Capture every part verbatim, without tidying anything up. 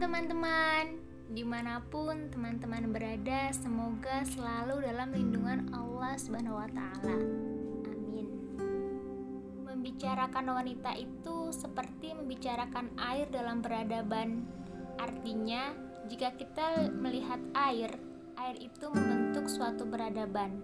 teman-teman, dimanapun teman-teman berada, semoga selalu dalam lindungan Allah Subhanahu wa Ta'ala. Amin. Membicarakan wanita itu seperti membicarakan air dalam peradaban. Artinya, jika kita melihat air, air itu membentuk suatu peradaban.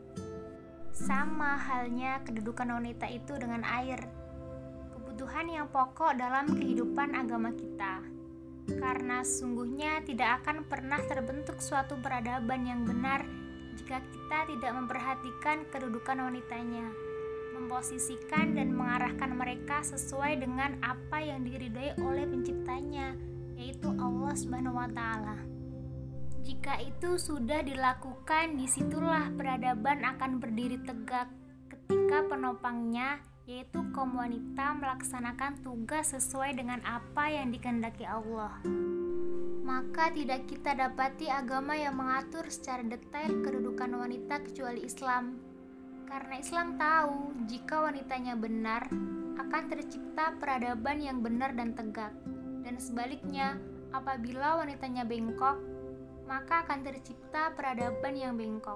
Sama halnya kedudukan wanita itu dengan air, kebutuhan yang pokok dalam kehidupan agama kita. Karena sungguhnya tidak akan pernah terbentuk suatu peradaban yang benar jika kita tidak memperhatikan kedudukan wanitanya, memposisikan dan mengarahkan mereka sesuai dengan apa yang diridhoi oleh penciptanya, yaitu Allah Subhanahu wa Ta'ala. Jika itu sudah dilakukan, disitulah peradaban akan berdiri tegak ketika penopangnya, yaitu kaum wanita, melaksanakan tugas sesuai dengan apa yang dikehendaki Allah. Maka tidak kita dapati agama yang mengatur secara detail kedudukan wanita kecuali Islam. Karena Islam tahu jika wanitanya benar, akan tercipta peradaban yang benar dan tegak. Dan sebaliknya, apabila wanitanya bengkok, maka akan tercipta peradaban yang bengkok.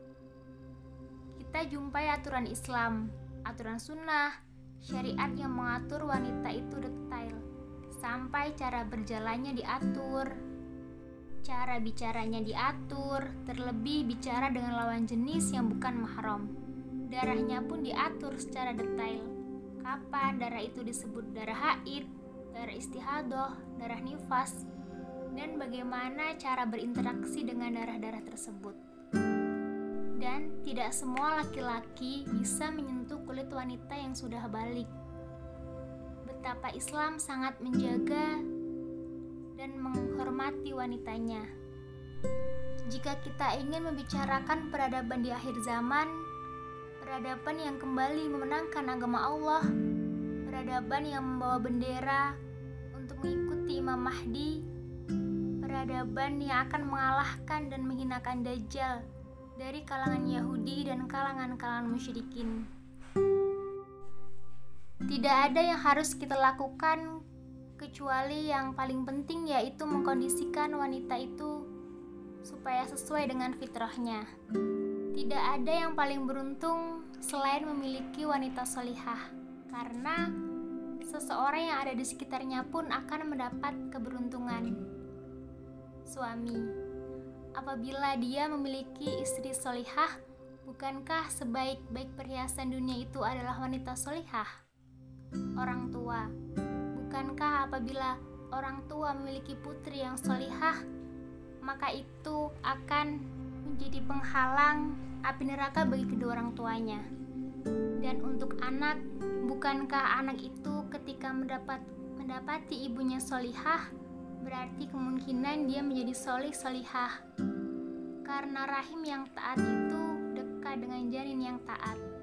Kita jumpai aturan Islam, aturan sunnah, syariat yang mengatur wanita itu detail, sampai cara berjalannya diatur, cara bicaranya diatur, terlebih bicara dengan lawan jenis yang bukan mahram. Darahnya pun diatur secara detail, kapan darah itu disebut darah haid, darah istihadah, darah nifas, dan bagaimana cara berinteraksi dengan darah-darah tersebut. Dan tidak semua laki-laki bisa menyentuh kulit wanita yang sudah balik. Betapa Islam sangat menjaga dan menghormati wanitanya. Jika kita ingin membicarakan peradaban di akhir zaman, peradaban yang kembali memenangkan agama Allah, peradaban yang membawa bendera untuk mengikuti Imam Mahdi, peradaban yang akan mengalahkan dan menghinakan Dajjal dari kalangan Yahudi dan kalangan-kalangan musyrikin. Tidak ada yang harus kita lakukan kecuali yang paling penting, yaitu mengkondisikan wanita itu supaya sesuai dengan fitrahnya. Tidak ada yang paling beruntung selain memiliki wanita solihah, karena seseorang yang ada di sekitarnya pun akan mendapat keberuntungan. Suami, apabila dia memiliki istri solihah, bukankah sebaik-baik perhiasan dunia itu adalah wanita solihah? Orang tua, bukankah apabila orang tua memiliki putri yang solihah, maka itu akan menjadi penghalang api neraka bagi kedua orang tuanya? Dan untuk anak, bukankah anak itu ketika mendapat mendapati ibunya solihah, berarti kemungkinan dia menjadi solih solihah, karena rahim yang taat itu dekat dengan janin yang taat.